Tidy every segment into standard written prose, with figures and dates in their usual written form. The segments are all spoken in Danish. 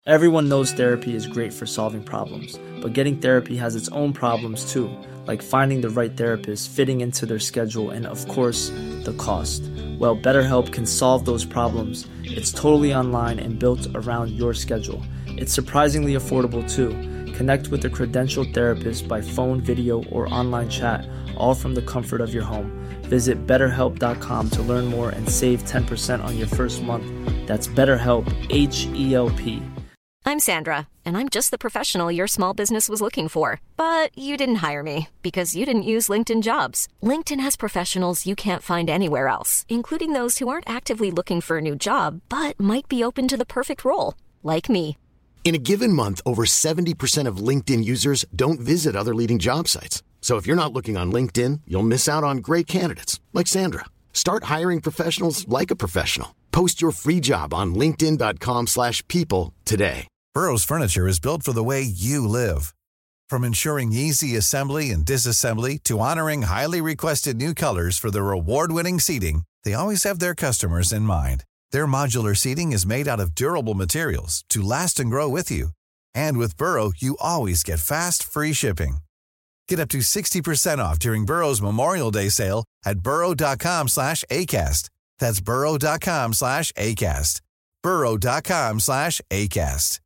Everyone knows therapy is great for solving problems, but getting therapy has its own problems too, like finding the right therapist, fitting into their schedule, and of course, the cost. Well, BetterHelp can solve those problems. It's totally online and built around your schedule. It's surprisingly affordable too. Connect with a credentialed therapist by phone, video, or online chat, all from the comfort of your home. Visit BetterHelp.com to learn more and save 10% on your first month. That's BetterHelp, H-E-L-P. I'm Sandra, and I'm just the professional your small business was looking for. But you didn't hire me because you didn't use LinkedIn Jobs. LinkedIn has professionals you can't find anywhere else, including those who aren't actively looking for a new job, but might be open to the perfect role, like me. In a given month, over 70% of LinkedIn users don't visit other leading job sites. So if you're not looking on LinkedIn, you'll miss out on great candidates like Sandra. Start hiring professionals like a professional. Post your free job on linkedin.com/people today. Burrow's furniture is built for the way you live. From ensuring easy assembly and disassembly to honoring highly requested new colors for their award-winning seating, they always have their customers in mind. Their modular seating is made out of durable materials to last and grow with you. And with Burrow, you always get fast, free shipping. Get up to 60% off during Burrow's Memorial Day sale at burrow.com/ACAST. That's burrow.com/ACAST. burrow.com/ACAST.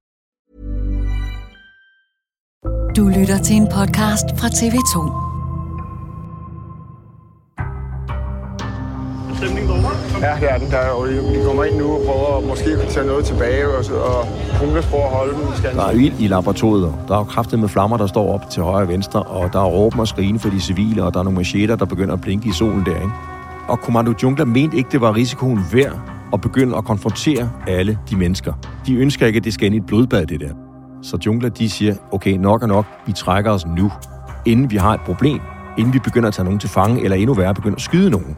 Du lytter til en podcast fra TV2. Ja, det er den. Vi kommer ind nu og prøver at måske kunne tage noget tilbage og Humles prøver at holde dem. Der er ild i laboratoriet. Der er kraftet med flammer, der står op til højre og venstre, og der er råben og skrigen for de civile, og der er nogle macheter, der begynder at blinke i solen der, ikke? Og Kommando Jungla mente ikke, det var risikoen værd at begynde at konfrontere alle de mennesker. De ønsker ikke, at det skal ind i et blodbad, det der. Så Jungla, de siger, okay, nok er nok, vi trækker os nu, inden vi har et problem, inden vi begynder at tage nogen til fange, eller endnu værre, begynder at skyde nogen.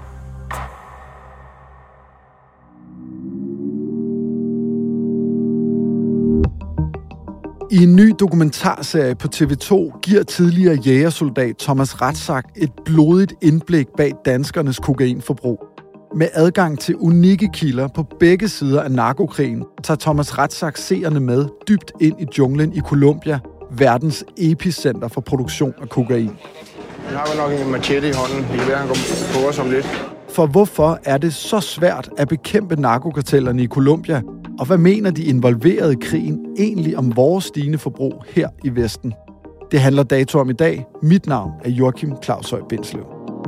I en ny dokumentarserie på TV2 giver tidligere jægersoldat Thomas Rathsack et blodigt indblik bag danskernes kokainforbrug. Med adgang til unikke kilder på begge sider af narkokrigen, tager Thomas Rathsack seerne med dybt ind i junglen i Colombia, verdens epicenter for produktion af kokain. Jeg har jo nok en machete i hånden. Det kan være, han går på os om lidt. For hvorfor er det så svært at bekæmpe narkokartellerne i Colombia? Og hvad mener de involverede i krigen egentlig om vores stigende forbrug her i Vesten? Det handler Dato om i dag. Mit navn er Joachim Claushøj Bindslev.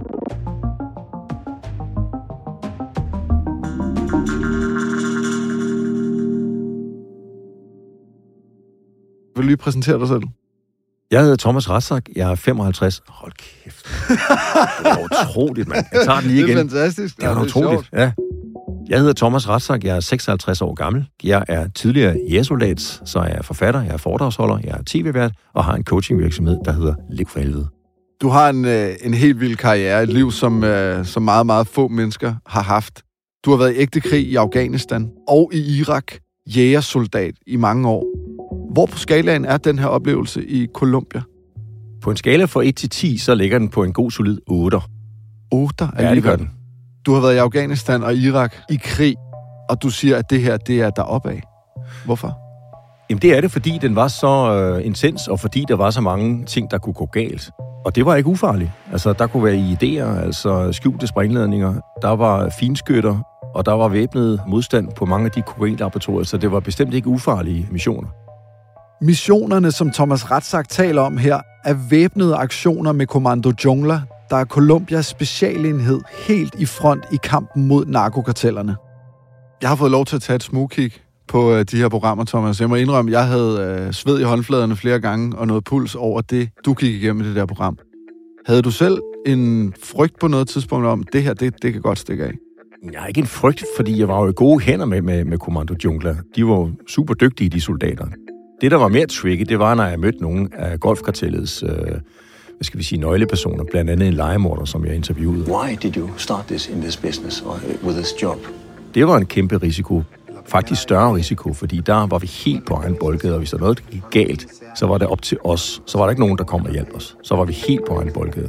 Vil du lige præsentere dig selv? Jeg hedder Thomas Rathsack. Jeg er 55. Hold kæft. Det er utroligt, mand. Jeg tager den lige igen. Det er fantastisk. Det er utroligt, ja. Jeg hedder Thomas Rathsack. Jeg er 56 år gammel. Jeg er tidligere jægersoldat, så jeg er forfatter, jeg er foredragsholder, jeg er tv-vært og har en coachingvirksomhed, der hedder Liv for helvede. Du har en helt vild karriere, et liv, som meget, meget få mennesker har haft. Du har været i ægte krig i Afghanistan og i Irak, jægersoldat i mange år. Hvor på skalaen er den her oplevelse i Colombia? På en skala fra 1 til 10, så ligger den på en god solid 8. 8? Ja, det gør den. Du har været i Afghanistan og Irak i krig, og du siger, at det her, det er deroppe af. Hvorfor? Jamen det er det, fordi den var så intens, og fordi der var så mange ting, der kunne gå galt. Og det var ikke ufarligt. Altså, der kunne være idéer, altså skjulte sprængladninger, der var finskytter, og der var væbnet modstand på mange af de kokainlaboratorier, så det var bestemt ikke ufarlige missioner. Missionerne, som Thomas Rathsack taler om her, er væbnede aktioner med Kommando Jungla, der er Colombias specialenhed helt i front i kampen mod narkokartellerne. Jeg har fået lov til at tage et smugkig på de her programmer, Thomas. Jeg må indrømme, at jeg havde sved i håndfladerne flere gange og noget puls over det, du gik igennem i det der program. Havde du selv en frygt på noget tidspunkt om, det her, det kan godt stikke af? Jeg har ikke en frygt, fordi jeg var jo i gode hænder med Kommando Jungla. De var super dygtige, de soldater. Det, der var mere tricky, det var, når jeg mødte nogle af golfkartellets nøglepersoner, blandt andet en legemorder, som jeg interviewede. Why did you start this in this business or with this job? Det var en kæmpe risiko. Faktisk større risiko, fordi der var vi helt på egen boldgade, og hvis der noget gik galt, så var det op til os. Så var der ikke nogen, der kom og hjalp os. Så var vi helt på egen boldgade.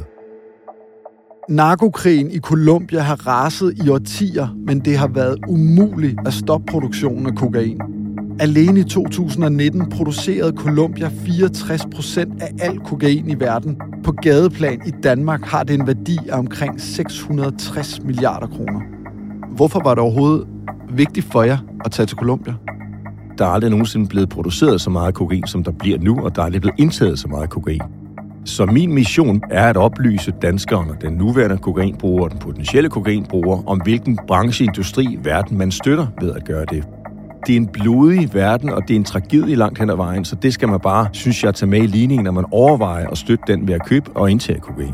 Narkokrigen i Colombia har raset i årtier, men det har været umuligt at stoppe produktionen af kokain. Alene i 2019 producerede Colombia 64% af al kokain i verden. På gadeplan i Danmark har det en værdi af omkring 660 milliarder kroner. Hvorfor var det overhovedet vigtigt for jer at tage til Colombia? Der er aldrig nogensinde blevet produceret så meget kokain, som der bliver nu, og der er aldrig blevet indtaget så meget kokain. Så min mission er at oplyse danskerne, den nuværende kokainbruger og den potentielle kokainbruger, om hvilken brancheindustri verden man støtter ved at gøre det. Det er en blodig verden, og det er en tragedie langt hen ad vejen, så det skal man bare, synes jeg, tage med i ligningen, når man overvejer at støtte den ved at købe og indtage kokain.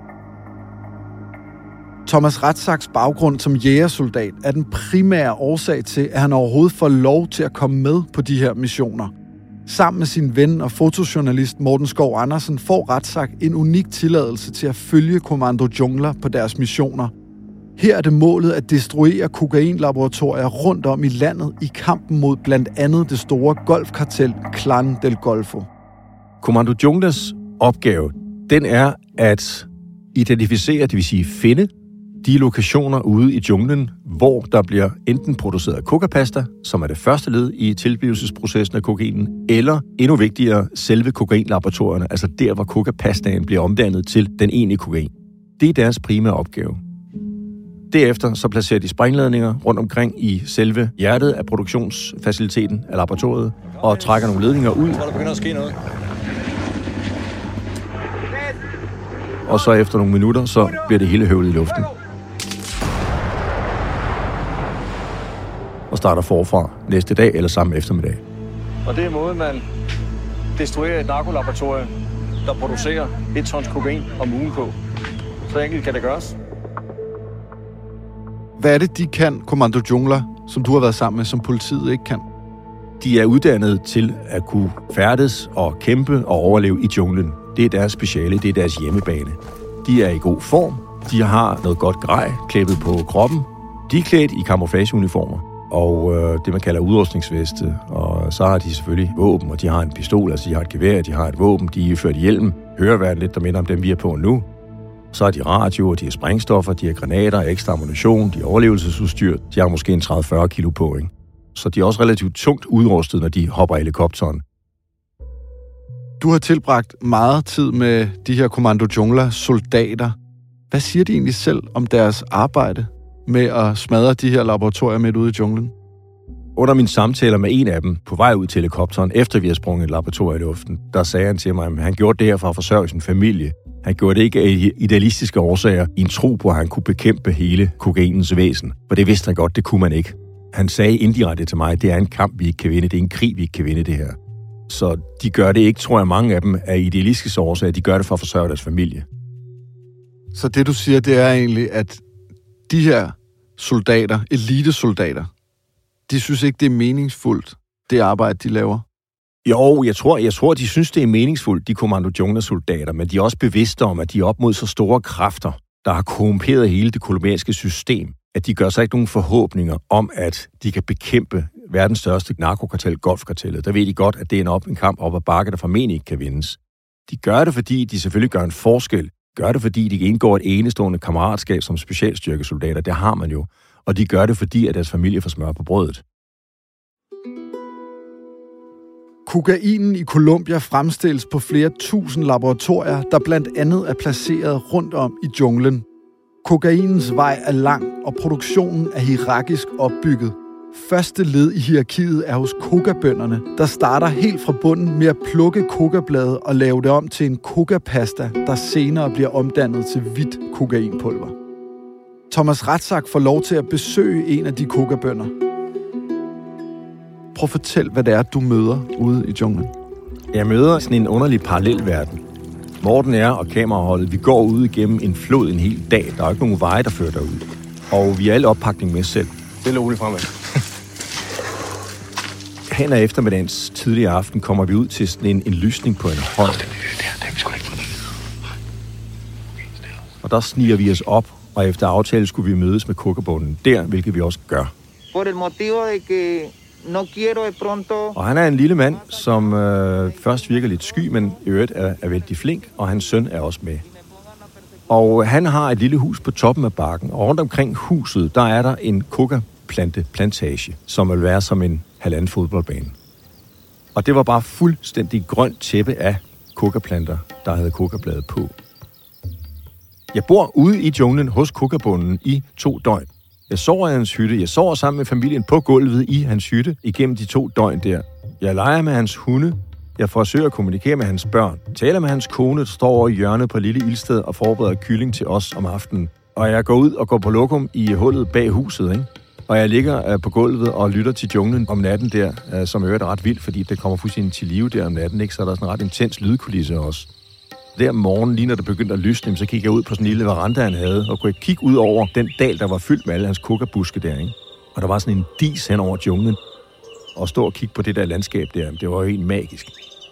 Thomas Rathsacks baggrund som jægersoldat er den primære årsag til, at han overhovedet får lov til at komme med på de her missioner. Sammen med sin ven og fotojournalist Morten Skov Andersen får Rathsack en unik tilladelse til at følge Comando Jungla på deres missioner. Her er det målet at destruere kokainlaboratorier rundt om i landet i kampen mod blandt andet det store golfkartel Clan del Golfo. Comando Junglas opgave, den er at identificere, det vil sige finde, de lokationer ude i junglen, hvor der bliver enten produceret kokapasta, som er det første led i tilblivelsesprocessen af kokainen, eller endnu vigtigere, selve kokainlaboratorierne, altså der, hvor kokapastaen bliver omdannet til den egentlige kokain. Det er deres primære opgave. Derefter så placerer de sprængladninger rundt omkring i selve hjertet af produktionsfaciliteten af laboratoriet, og trækker nogle ledninger ud. Så der begynder at ske noget. Og så efter nogle minutter, så bliver det hele høvlet i luften. Og starter forfra næste dag eller samme eftermiddag. Og det er måden, man destruerer et narkolaboratorium, der producerer 1 tons kokain om ugen på. Så enkelt kan det gøres. Hvad er det, de kan, Comando Jungla, som du har været sammen med, som politiet ikke kan? De er uddannet til at kunne færdes og kæmpe og overleve i junglen. Det er deres speciale, det er deres hjemmebane. De er i god form, de har noget godt grej klæbet på kroppen. De er klædt i camouflageuniformer og det, man kalder udrustningsveste. Og så har de selvfølgelig våben, og de har en pistol, altså de har et gevær, de har et våben, de er ført i hjelm. Høreværn lidt, der minder om dem, vi er på nu. Så har de radio, de har sprængstoffer, de har granater, ekstra ammunition, de har overlevelsesudstyr. De har måske en 30-40 kilo på, ikke? Så de er også relativt tungt udrustet, når de hopper i helikopteren. Du har tilbragt meget tid med de her Comando Jungla-soldater. Hvad siger de egentlig selv om deres arbejde med at smadre de her laboratorier midt ude i junglen? Under mine samtaler med en af dem på vej ud til helikopteren, efter vi har sprunget et laboratorium i luften, der sagde han til mig, at han gjorde det her for at forsørge sin familie. Han gjorde det ikke af idealistiske årsager i en tro på, at han kunne bekæmpe hele kokainens væsen. For det vidste han godt, det kunne man ikke. Han sagde indirekte til mig, at det er en kamp, vi ikke kan vinde. Det er en krig, vi ikke kan vinde det her. Så de gør det ikke, tror jeg, mange af dem af idealistiske årsager. De gør det for at forsørge deres familie. Så det, du siger, det er egentlig, at de her soldater, elitesoldater, de synes ikke, det er meningsfuldt, det arbejde, de laver? Jo, jeg tror, de synes, det er meningsfuldt, de Comando Jungla-soldater, men de er også bevidste om, at de er op mod så store kræfter, der har korrumperet hele det kolumbianske system, at de gør sig ikke nogen forhåbninger om, at de kan bekæmpe verdens største narkokartel, golfkartellet. Der ved de godt, at det er en kamp op ad bakke, der formentlig ikke kan vindes. De gør det, fordi de selvfølgelig gør en forskel. Gør det, fordi de indgår et enestående kammeratskab som specialstyrkesoldater. Det har man jo. Og de gør det, fordi at deres familie får smør på brødet. Kokainen i Colombia fremstilles på flere tusind laboratorier, der blandt andet er placeret rundt om i junglen. Kokainens vej er lang, og produktionen er hierarkisk opbygget. Første led i hierarkiet er hos kokabønderne, der starter helt fra bunden med at plukke kokablade og lave det om til en kokapasta, der senere bliver omdannet til hvidt kokainpulver. Thomas Rathsack får lov til at besøge en af de kokabønder. Prøv at fortæl, hvad det er, du møder ude i junglen. Jeg møder sådan en underlig parallelverden. Morten er og kameraholdet, vi går ud igennem en flod en hel dag. Der er ikke nogen veje, der fører derud. Og vi er alle oppakning med selv. Det er roligt fremad. Hen ad eftermiddagens tidlige aften kommer vi ud til sådan en lysning på en høj. Og der sniger vi os op, og efter aftale skulle vi mødes med kokabunden der, hvilket vi også gør. Og han er en lille mand, som først virker lidt sky, men i øvrigt er vældig flink, og hans søn er også med. Og han har et lille hus på toppen af bakken, og rundt omkring huset, der er der en kokaplantage, som vil være som en 1,5 fodboldbane. Og det var bare fuldstændig grønt tæppe af kokaplanter, der havde kokablade på. Jeg bor ude i junglen hos kokabonden i 2 døgn. Jeg sover i hans hytte. Jeg sover sammen med familien på gulvet i hans hytte igennem de 2 døgn der. Jeg leger med hans hunde. Jeg forsøger at kommunikere med hans børn. Taler med hans kone, der står over i hjørnet på lille ildsted og forbereder kylling til os om aftenen. Og jeg går ud og går på lokum i hullet bag huset, ikke? Og jeg ligger på gulvet og lytter til junglen om natten der, som er ret vildt, fordi det kommer fuldstændig til live der om natten, ikke? Så er der sådan en ret intens lydkulisse også. Der om morgenen, lige når det begyndte at lysne, så kiggede jeg ud på sådan en lille veranda, han havde, og kunne kigge ud over den dal, der var fyldt med alle hans kokabuske der, ikke? Og der var sådan en dis hen over junglen. Og stå og kigge på det der landskab der, det var jo helt magisk.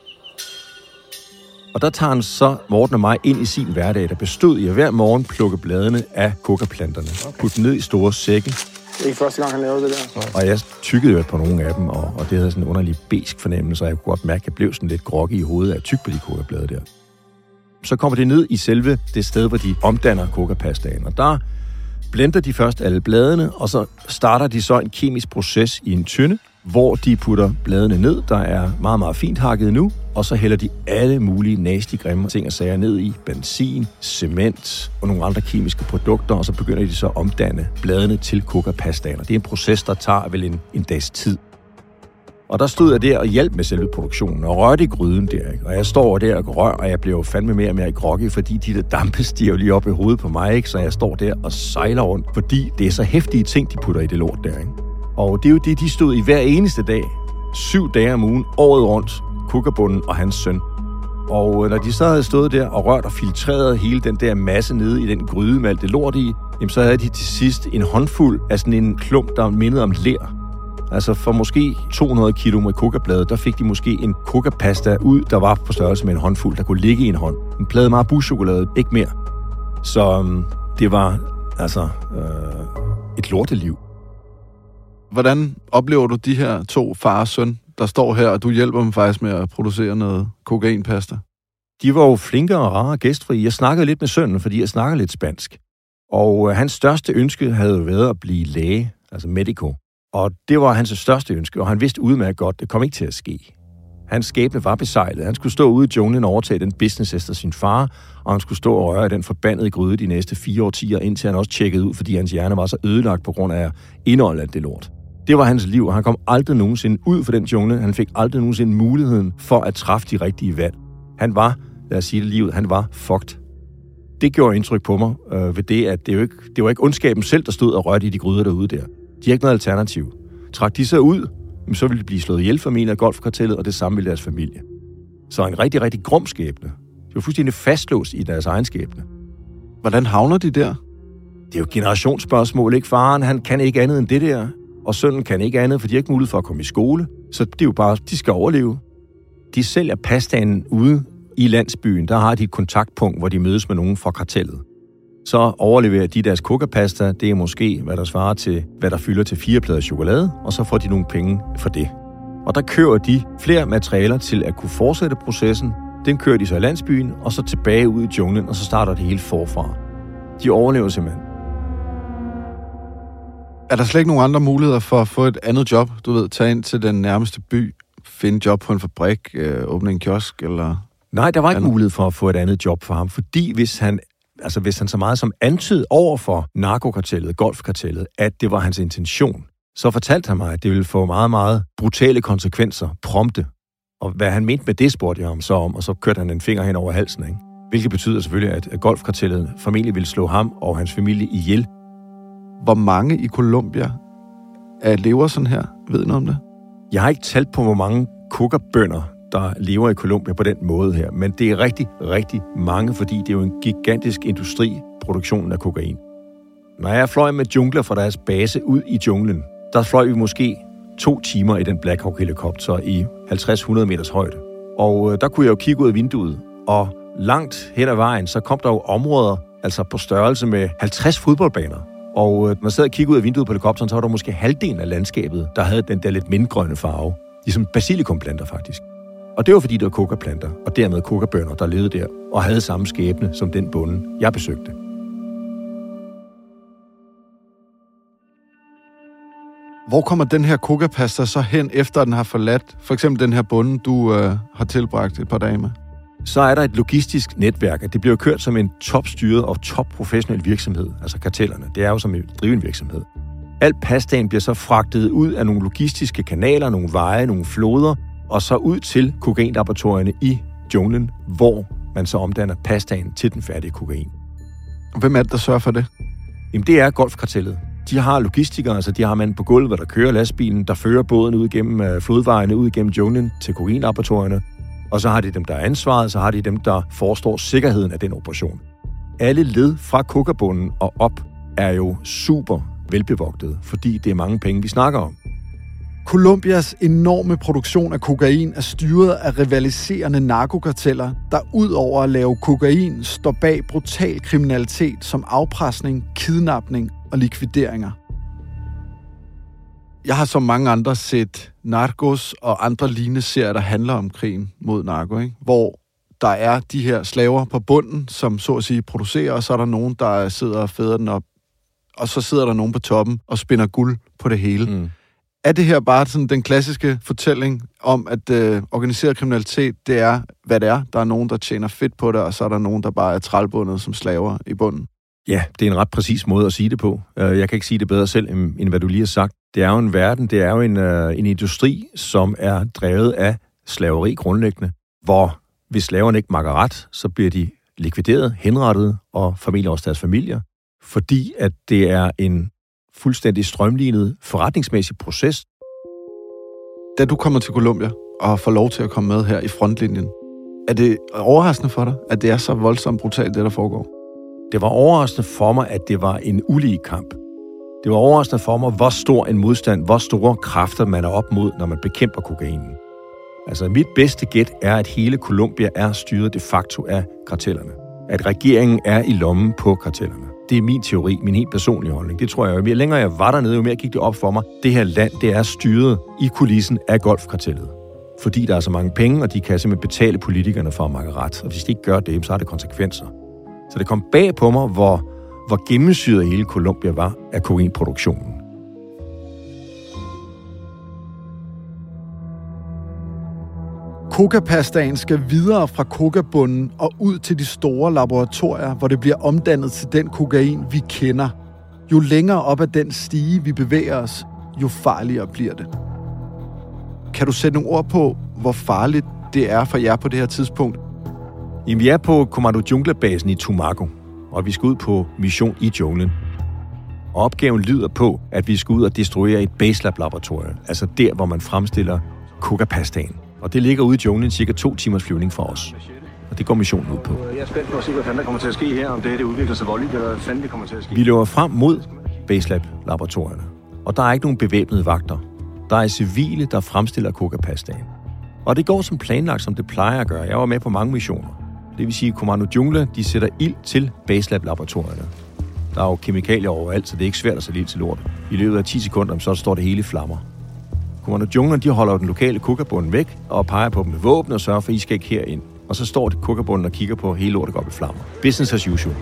Og der tager han så Morten og mig ind i sin hverdag, der bestod i at hver morgen plukke bladene af kokaplanterne. Putte dem ned i store sække. Det er ikke første gang, han lavede det der. Og jeg tykkede jo på nogle af dem, og det havde sådan en underlig besk fornemmelse, og jeg kunne godt mærke, at jeg blev sådan lidt groggy i hovedet af at tykke på de kokablade der. Så kommer det ned i selve det sted, hvor de omdanner kokapastaen, og der blender de først alle bladene, og så starter de så en kemisk proces i en tønde, hvor de putter bladene ned, der er meget, meget fint hakket nu, og så hælder de alle mulige nasty, grimme ting og sager ned i benzin, cement og nogle andre kemiske produkter, og så begynder de så at omdanne bladene til kokapastaen. Det er en proces, der tager vel en dags tid. Og der stod jeg der og hjalp med selve produktionen, og rørte i gryden der, ikke? Og jeg står der og rør, og jeg bliver jo fandme mere og mere groggy, fordi de der dampe stiger lige op i hovedet på mig, ikke? Så jeg står der og sejler rundt, fordi det er så heftige ting, de putter i det lort der, ikke? Og det er jo det, de stod i hver eneste dag, 7 dage om ugen, året rundt, kokabonden og hans søn. Og når de så havde stået der og rørt og filtreret hele den der masse nede i den gryde med alt det lort i, jamen så havde de til sidst en håndfuld af sådan en klump, der mindede om ler. Altså for måske 200 kilo med kokablade, der fik de måske en kokapasta ud, der var på størrelse med en håndfuld, der kunne ligge i en hånd. En plade Marabu-chokolade, ikke mere. Så det var altså et lorteliv. Hvordan oplever du de her 2 far og søn, der står her, og du hjælper dem faktisk med at producere noget kokainpasta? De var jo flinke og rare og gæstfrie. Jeg snakkede lidt med sønnen, fordi jeg snakker lidt spansk. Og hans største ønske havde været at blive læge, altså medico. Og det var hans største ønske, og han vidste udmærket godt, det kom ikke til at ske. Hans skæbne var besejlet. Han skulle stå ude i junglen og overtage den business efter sin far, og han skulle stå og røre den forbandede gryde de næste 4 årtier, indtil han også tjekkede ud, fordi hans hjerne var så ødelagt på grund af indholdet af det lort. Det var hans liv, og han kom aldrig nogensinde ud for den jungle. Han fik aldrig nogensinde muligheden for at træffe de rigtige valg. Han var, lad os sige det livet, han var fucked. Det gjorde indtryk på mig ved det, at det var ikke ondskaben selv, der stod og rørte i de gryder derude der. De har ikke noget alternativ. Trak de så ud, så ville de blive slået ihjel familien af golfkartellet, og det samme ville deres familie. Så en rigtig, rigtig grum skæbne. De var fuldstændig fastlåst i deres egen skæbne. Hvordan havner de der? Det er jo et generationsspørgsmål, ikke? Faren, han kan ikke andet end det der, og sønnen kan ikke andet, for de har ikke mulighed for at komme i skole. Så det er jo bare, de skal overleve. De sælger pastaen ude i landsbyen. Der har de et kontaktpunkt, hvor de mødes med nogen fra kartellet. Så overleverer de deres kokapasta, det er måske, hvad der svarer til, hvad der fylder til 4 plader chokolade, og så får de nogle penge for det. Og der kører de flere materialer til at kunne fortsætte processen. Den kører de så i landsbyen, og så tilbage ud i junglen, og så starter det hele forfra. De overlever simpelthen. Er der slet ikke nogen andre muligheder for at få et andet job? Du ved, tage ind til den nærmeste by, finde job på en fabrik, åbne en kiosk, eller... Nej, der var ikke mulighed for at få et andet job for ham, fordi hvis han så meget som antydede over for narkokartellet, golfkartellet, at det var hans intention, så fortalte han mig, at det ville få meget, meget brutale konsekvenser, prompte. Og hvad han mente med det, spurgte jeg ham så om, og så kørte han en finger hen over halsen, ikke? Hvilket betyder selvfølgelig, at golfkartellet formentlig ville slå ham og hans familie ihjel. Hvor mange i Colombia lever sådan her? Ved du om det? Jeg har ikke talt på, hvor mange kokabønder, der lever i Colombia på den måde her, men det er rigtig, rigtig mange, fordi det er jo en gigantisk industri, produktionen af kokain. Når jeg fløj med jungler fra deres base ud i junglen, der fløj vi måske 2 timer i den Black Hawk-helikopter i 50-100 meters højde. Og der kunne jeg jo kigge ud af vinduet, og langt hen ad vejen, så kom der jo områder, altså på størrelse med 50 fodboldbaner. Og man sad og kiggede ud af vinduet på helikopteren, så var der måske halvdelen af landskabet, der havde den der lidt mindgrønne farve. Ligesom basilikumplanter faktisk. Og det var fordi, der var kokaplanter, og dermed kokabønner, der levede der, og havde samme skæbne som den bonde, jeg besøgte. Hvor kommer den her kokapasta så hen, efter den har forladt for eksempel den her bonde, du har tilbragt et par dage med? Så er der et logistisk netværk, at det bliver kørt som en topstyret og topprofessionel virksomhed, altså kartellerne. Det er jo som en drivende virksomhed. Al pastaen bliver så fragtet ud af nogle logistiske kanaler, nogle veje, nogle floder, og så ud til kokainlaboratorierne i junglen, hvor man så omdanner pastaen til den færdige kokain. Hvem er det, der sørger for det? Jamen, det er golfkartellet. De har logistikere, altså de har mand på gulvet, der kører lastbilen, der fører båden ud gennem flodvejene, ud gennem junglen til kokainlaboratorierne. Og så har de dem, der er ansvaret, så har de dem, der forestår sikkerheden af den operation. Alle led fra kokabunden og op er jo super velbevogtet, fordi det er mange penge, vi snakker om. Colombias enorme produktion af kokain er styret af rivaliserende narkokarteller, der ud over at lave kokain, står bag brutal kriminalitet som afpresning, kidnapning og likvideringer. Jeg har som mange andre set Narcos og andre lignende serier, der handler om krigen mod narko, ikke? Hvor der er de her slaver på bunden, som så at sige producerer, og så er der nogen, der sidder og fæder den op, og så sidder der nogen på toppen og spinder guld på det hele. Mm. Er det her bare sådan den klassiske fortælling om, at organiseret kriminalitet, det er, hvad det er? Der er nogen, der tjener fedt på det, og så er der nogen, der bare er trælbundet som slaver i bunden. Ja, det er en ret præcis måde at sige det på. Jeg kan ikke sige det bedre selv, end hvad du lige har sagt. Det er jo en verden, det er jo en industri, som er drevet af slaveri grundlæggende, hvor hvis slaverne ikke makker ret, så bliver de likvideret, henrettet og formentlig også deres familier, fordi at det er en fuldstændig strømlignet forretningsmæssig proces. Da du kommer til Colombia og får lov til at komme med her i frontlinjen, er det overraskende for dig, at det er så voldsomt brutalt, det der foregår? Det var overraskende for mig, at det var en ulige kamp. Det var overraskende for mig, hvor stor en modstand, hvor store kræfter man er op mod, når man bekæmper kokainen. Altså, mit bedste gæt er, at hele Colombia er styret de facto af kartellerne. At regeringen er i lommen på kartellerne. Det er min teori, min helt personlige holdning. Det tror jeg, jo mere længere jeg var dernede, jo mere gik det op for mig. Det her land, det er styret i kulissen af golfkartellet. Fordi der er så mange penge, og de kan simpelthen betale politikerne for at makke ret. Og hvis de ikke gør det, så har det konsekvenser. Så det kom bag på mig, hvor gennemsyret hele Colombia var af kokainproduktionen. Kokapastaen skal videre fra kokabunden og ud til de store laboratorier, hvor det bliver omdannet til den kokain, vi kender. Jo længere op ad den stige, vi bevæger os, jo farligere bliver det. Kan du sætte nogle ord på, hvor farligt det er for jer på det her tidspunkt? Jamen, vi er på Comando Jungla-basen i Tumaco, og vi skal ud på mission i junglen. Og opgaven lyder på, at vi skal ud og destruere et baselab-laboratorium, altså der, hvor man fremstiller kokapastaen. Og det ligger ude i junglen cirka 2 timers flyvning fra os. Og det går missionen ud på. Jeg er spændt på at se, hvad fanden der kommer til at ske her, om det udvikler sig voldeligt, eller hvad fanden det kommer til at ske. Vi løber frem mod baselab-laboratorierne, og der er ikke nogen bevæbnede vagter. Der er civile, der fremstiller kokapastaen. Og det går som planlagt, som det plejer at gøre. Jeg var med på mange missioner. Det vil sige, at Comando Jungla, de sætter ild til baselab-laboratorierne. Der er jo kemikalier overalt, så det er ikke svært at sætte ild til lortet. I løbet af 10 sekunder, så står det hele i flammer. Comando Jungla, de holder den lokale kokabunden væk og peger på dem med våben og sørger for, at I skal ikke herind. Og så står det kokabunden og kigger på hele lortet går op i flammer. Business as usual.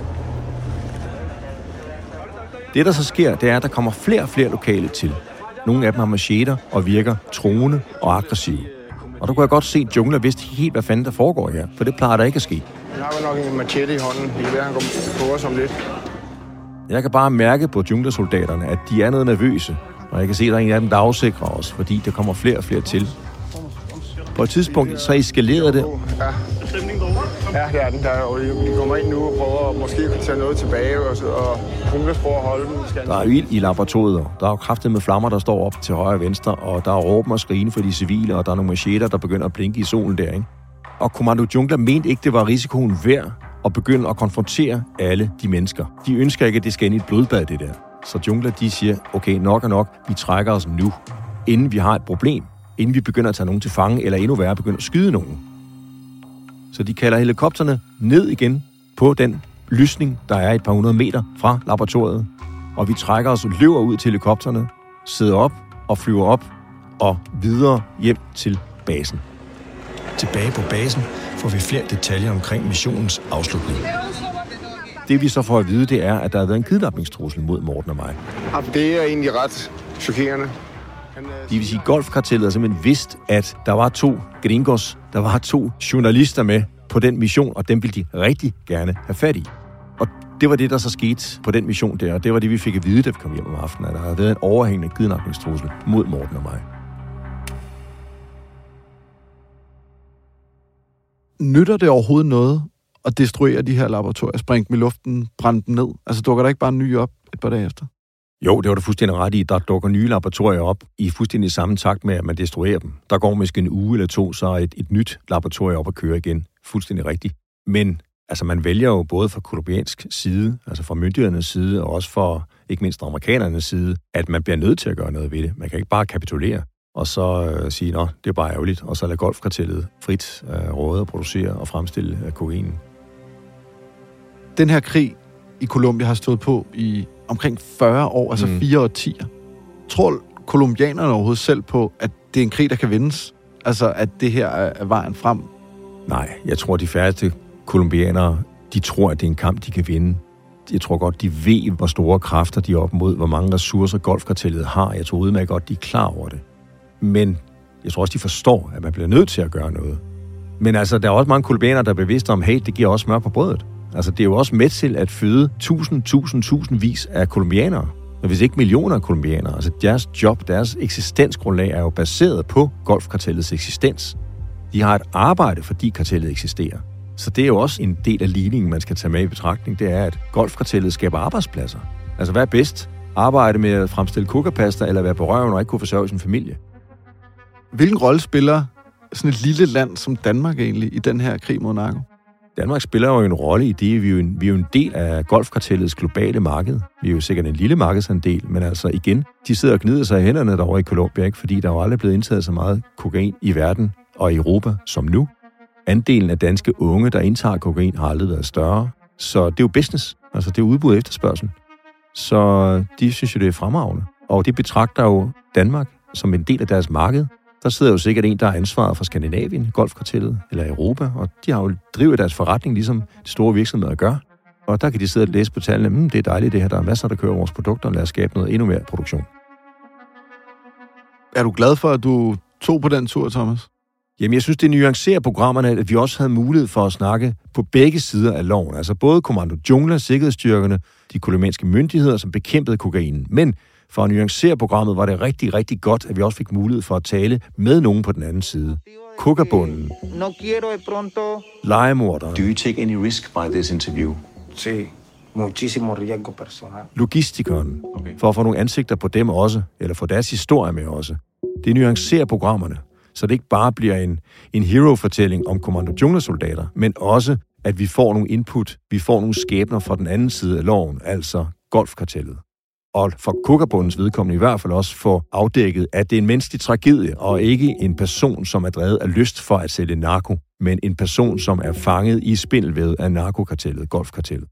Det, der så sker, det er, at der kommer flere og flere lokale til. Nogle af dem har macheter og virker truende og aggressive. Og der kunne jeg godt se, at Jungla vidste helt, hvad fanden der foregår her, for det plejer der ikke at ske. Jeg har jo nok en machete i hånden. Det kan være, han går på os om lidt. Jeg kan bare mærke på Jungla-soldaterne, at de er noget nervøse. Og jeg kan se, at der er en af dem, der afsikrer os, fordi der kommer flere og flere til. På et tidspunkt, så eskalerede det. Ja, det er den der. Vi kommer ind nu og prøver at måske tage noget tilbage, og Humles prøver at holde dem. Der er ild i laboratoriet. Der er jo kraftigt med flammer, der står op til højre og venstre, og der er råben og skrigen for de civile, og der er nogle macheter, der begynder at blinke i solen der, ikke? Og Comando Jungla mente ikke, det var risikoen værd at begynde at konfrontere alle de mennesker. De ønsker ikke, at det skal ind i et blodbad, det der. Så Jungla, de siger, okay, nok er nok, vi trækker os nu, inden vi har et problem. Inden vi begynder at tage nogen til fange, eller endnu værre, begynder at skyde nogen. Så de kalder helikopterne ned igen på den lysning, der er et par 100 meter fra laboratoriet. Og vi trækker os og løber ud til helikopterne, sidder op og flyver op og videre hjem til basen. Tilbage på basen får vi flere detaljer omkring missionens afslutning. Det vi så får at vide, det er, at der har været en kidnapningstrussel mod Morten og mig. Det er egentlig ret chokerende. Det vil sige, at Golfkartellet har simpelthen vidst, at der var 2 gringos, der var 2 journalister med på den mission, og dem ville de rigtig gerne have fat i. Og det var det, der så skete på den mission der, og det var det, vi fik at vide, da vi kom hjem om aftenen, at der havde været en overhængende kidnapningstrussel mod Morten og mig. Nytter det overhovedet noget at destruere de her laboratorier, sprænge dem i luften, brænde dem ned? Altså dukker der ikke bare nye op et par dage efter? Jo, det var du fuldstændig ret i. Der dukker nye laboratorier op i fuldstændig samme takt med, at man destruerer dem. Der går måske en uge eller 2, så er et nyt laboratorium op at køre igen. Fuldstændig rigtigt. Men altså, man vælger jo både fra kolumbiansk side, altså fra myndighedernes side, og også fra ikke mindst amerikanernes side, at man bliver nødt til at gøre noget ved det. Man kan ikke bare kapitulere og så sige, nå, det er bare ærgerligt, og så lade Golfkartellet frit råde og producere og fremstille kokain. Den her krig i Colombia har stået på i omkring 40 år, altså 4 årtier. Tror colombianerne overhovedet selv på, at det er en krig, der kan vindes? Altså, at det her er vejen frem? Nej, jeg tror, de færreste colombianere, de tror, at det er en kamp, de kan vinde. Jeg tror godt, de ved, hvor store kræfter de er op mod, hvor mange ressourcer Golfkartellet har. Jeg tror udmærket godt, de er klar over det. Men jeg tror også, de forstår, at man bliver nødt til at gøre noget. Men altså, der er også mange colombianere, der er bevidste om, hey, det giver også smør på brødet. Altså, det er jo også med til at føde tusindvis af colombianere. Og hvis ikke millioner af colombianere. Altså, deres job, deres eksistensgrundlag er jo baseret på Golfkartellets eksistens. De har et arbejde, fordi kartellet eksisterer. Så det er jo også en del af ligningen, man skal tage med i betragtning. Det er, at Golfkartellet skaber arbejdspladser. Altså, hvad er bedst? Arbejde med at fremstille kukkerpasta, eller være på røven og ikke kunne forsørge sin familie? Hvilken rolle spiller sådan et lille land som Danmark egentlig i den her krig mod narko? Danmark spiller jo en rolle i det. Vi er jo en del af Golfkartellets globale marked. Vi er jo sikkert en lille markedsandel, men altså igen, de sidder og gnider sig i hænderne derovre i Colombia, ikke? Fordi der er jo aldrig blevet indtaget så meget kokain i verden og i Europa som nu. Andelen af danske unge, der indtager kokain, har aldrig været større. Så det er jo business. Altså det er udbud og efterspørgsel. Så de synes jo, det er fremragende. Og de betragter jo Danmark som en del af deres marked. Der sidder jo sikkert en, der er ansvaret for Skandinavien, Golfkartellet eller Europa, og de har jo drivet deres forretning, ligesom de store virksomheder gør. Og der kan de sidde og læse på tallene, det er dejligt det her, der er masser, der kører vores produkter, og lad os skabe noget endnu mere produktion. Er du glad for, at du tog på den tur, Thomas? Jamen, jeg synes, det nuancerer programmerne, at vi også havde mulighed for at snakke på begge sider af loven. Altså både Kommando Jungla, sikkerhedsstyrkerne, de colombianske myndigheder, som bekæmpede kokainen. Men for at nuancere programmet var det rigtig, rigtig godt, at vi også fik mulighed for at tale med nogen på den anden side. Kukkerbunden. Legemordere. Do you take any risk by this interview? Sí, muchísimo riesgo personal. Logistikeren. Okay. For at få nogle ansigter på dem også, eller få deres historie med også. Det nuancerer programmerne, så det ikke bare bliver en hero-fortælling om Kommando Jungla-soldater, men også, at vi får nogle input, vi får nogle skæbner fra den anden side af loven, altså Golfkartellet. Og for Kukkerbundens vedkommende i hvert fald også få afdækket, at det er en menneskelig tragedie, og ikke en person, som er drevet af lyst for at sælge narko, men en person, som er fanget i spindelvævet af narkokartellet, Golfkartellet.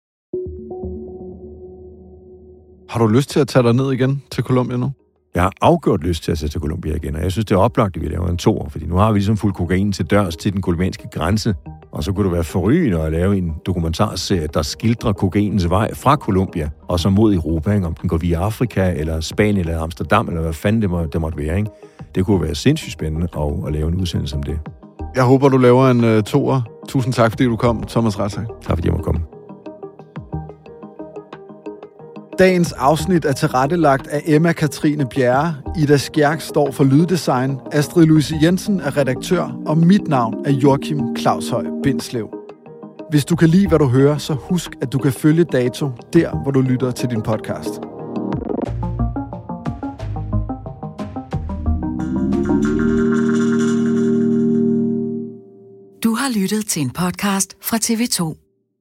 Har du lyst til at tage dig ned igen til Colombia nu? Jeg har afgjort lyst til at tage til Colombia igen, og jeg synes, det er oplagt, at vi laver en 2, fordi nu har vi ligesom fuld kokain til dørs til den colombianske grænse, og så kunne det være forrygende at lave en dokumentarserie, der skildrer kokainens vej fra Colombia og så mod Europa, ikke? Om den går via Afrika, eller Spanien, eller Amsterdam, eller hvad fanden det måtte være. Ikke? Det kunne være sindssygt spændende at lave en udsendelse om det. Jeg håber, du laver en 2'er. Tusind tak, fordi du kom, Thomas Ratzak. Tak, fordi jeg måtte komme. Dagens afsnit er tilrettelagt af Emma Katrine Bjerre, Ida Skjærk står for lyddesign, Astrid Louise Jensen er redaktør, og mit navn er Joachim Claushøj Bindslev. Hvis du kan lide, hvad du hører, så husk, at du kan følge Dato der, hvor du lytter til din podcast. Du har lyttet til en podcast fra TV2.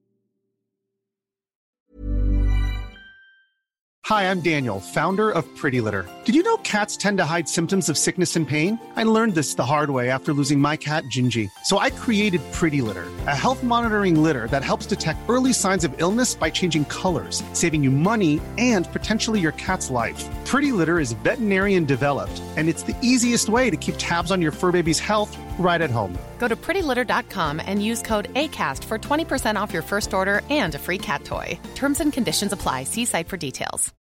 Hi, I'm Daniel, founder of Pretty Litter. Did you know cats tend to hide symptoms of sickness and pain? I learned this the hard way after losing my cat, Gingy. So I created Pretty Litter, a health monitoring litter that helps detect early signs of illness by changing colors, saving you money and potentially your cat's life. Pretty Litter is veterinarian developed, and it's the easiest way to keep tabs on your fur baby's health right at home. Go to prettylitter.com and use code ACAST for 20% off your first order and a free cat toy. Terms and conditions apply. See site for details.